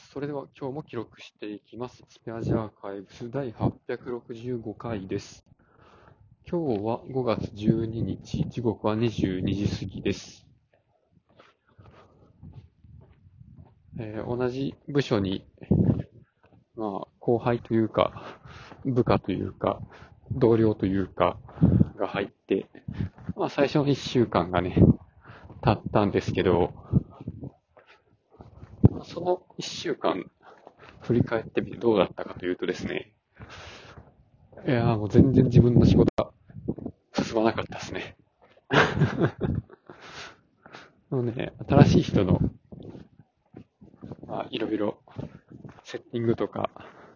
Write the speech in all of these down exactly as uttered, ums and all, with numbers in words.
それでは今日も記録していきます。スペアジアーカイブス第はっぴゃくろくじゅうごかいです。今日はごがつじゅうににち、時刻はにじゅうにじ過ぎです。えー同じ部署に、まあ、後輩というか、部下というか、同僚というか、が入って、まあ最初のいっしゅうかんがね、経ったんですけど、そのいっしゅうかん振り返ってみてどうだったかというとですね、いやーもう全然自分の仕事が進まなかったですね。もうね、新しい人の、まあ、いろいろ、セッティングとか、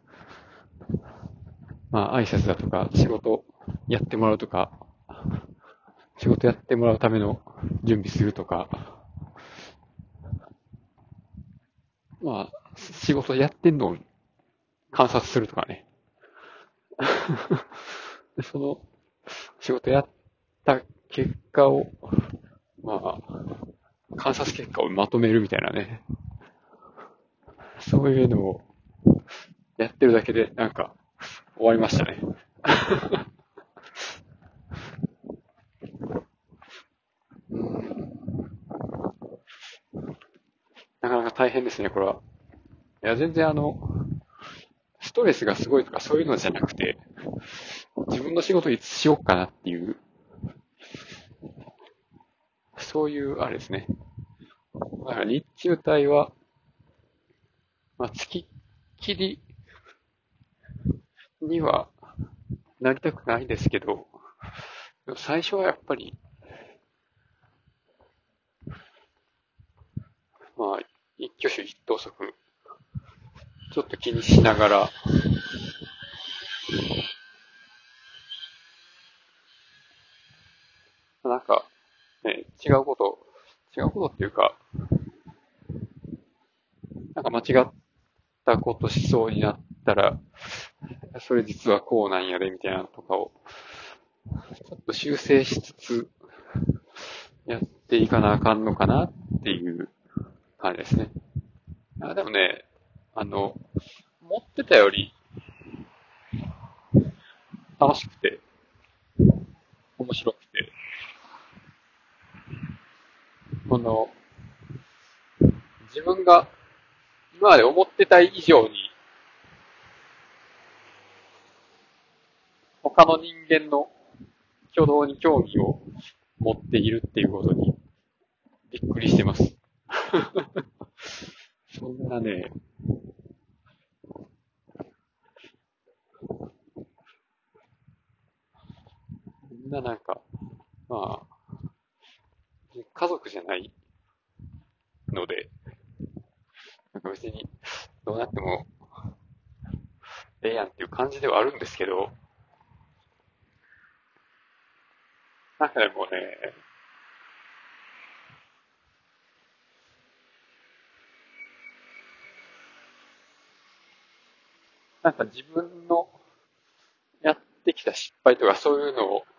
まあ、挨拶だとか、仕事やってもらうとか、仕事やってもらうための準備するとか、まあ、仕事やってんのを観察するとかね。その、仕事やった結果を、まあ、観察結果をまとめるみたいなね。そういうのをやってるだけで、なんか、終わりましたね。なかなか大変ですね、これは。いや、全然あの、ストレスがすごいとかそういうのじゃなくて、自分の仕事いつしようかなっていう、そういう、あれですね。だから日中帯は、まあ、月っきりにはなりたくないですけど、最初はやっぱり、まあ、一挙手一投足、ちょっと気にしながら、なんか、ね、違うこと、違うことっていうか、なんか間違ったことしそうになったら、それ実はこうなんやで、みたいなのとかを、ちょっと修正しつつ、やっていかなあかんのかなっていう感じですね。あ、でもね、あの、思ってたより楽しくて、面白くて、この、自分が今まで思ってた以上に、他の人間の挙動に興味を持っているっていうことにびっくりしてます。そんなね、みんななんか、まあ、家族じゃないので、なんか別にどうなってもええやんっていう感じではあるんですけど、なんかでもね、なんか自分のやってきた失敗とかそういうのを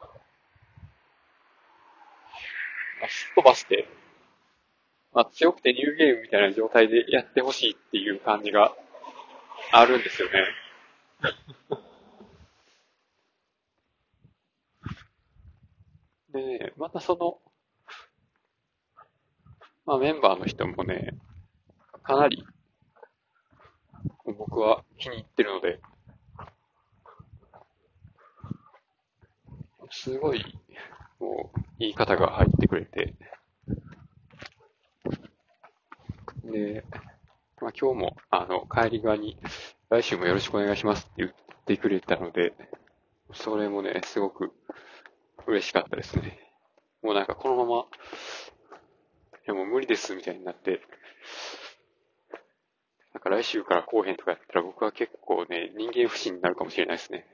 まあすっ飛ばして、まあ、強くてニューゲームみたいな状態でやってほしいっていう感じがあるんですよね。でね、またその、まあ、メンバーの人もね、かなり僕は気に入ってるので、すごい、もう、いい方が入ってくれて、で、まあ、今日も、あの、帰り際に、来週もよろしくお願いしますって言ってくれたので、それもね、すごく嬉しかったですね。もうなんかこのまま、いやもう無理ですみたいになって、なんか来週から後編とかやったら僕は結構ね、人間不信になるかもしれないですね。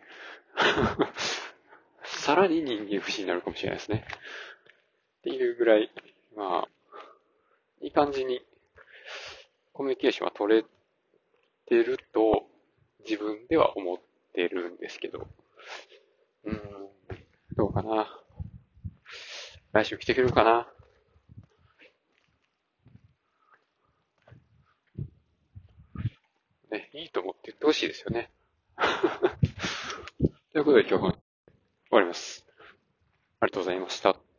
さらに人間不信になるかもしれないですね。っていうぐらい、まあ、いい感じにコミュニケーションは取れてると自分では思ってるんですけど、うーん、どうかな。来週来てくれるかな。 いいと思って言ってほしいですよね。ということで今日は終わります。ありがとうございました。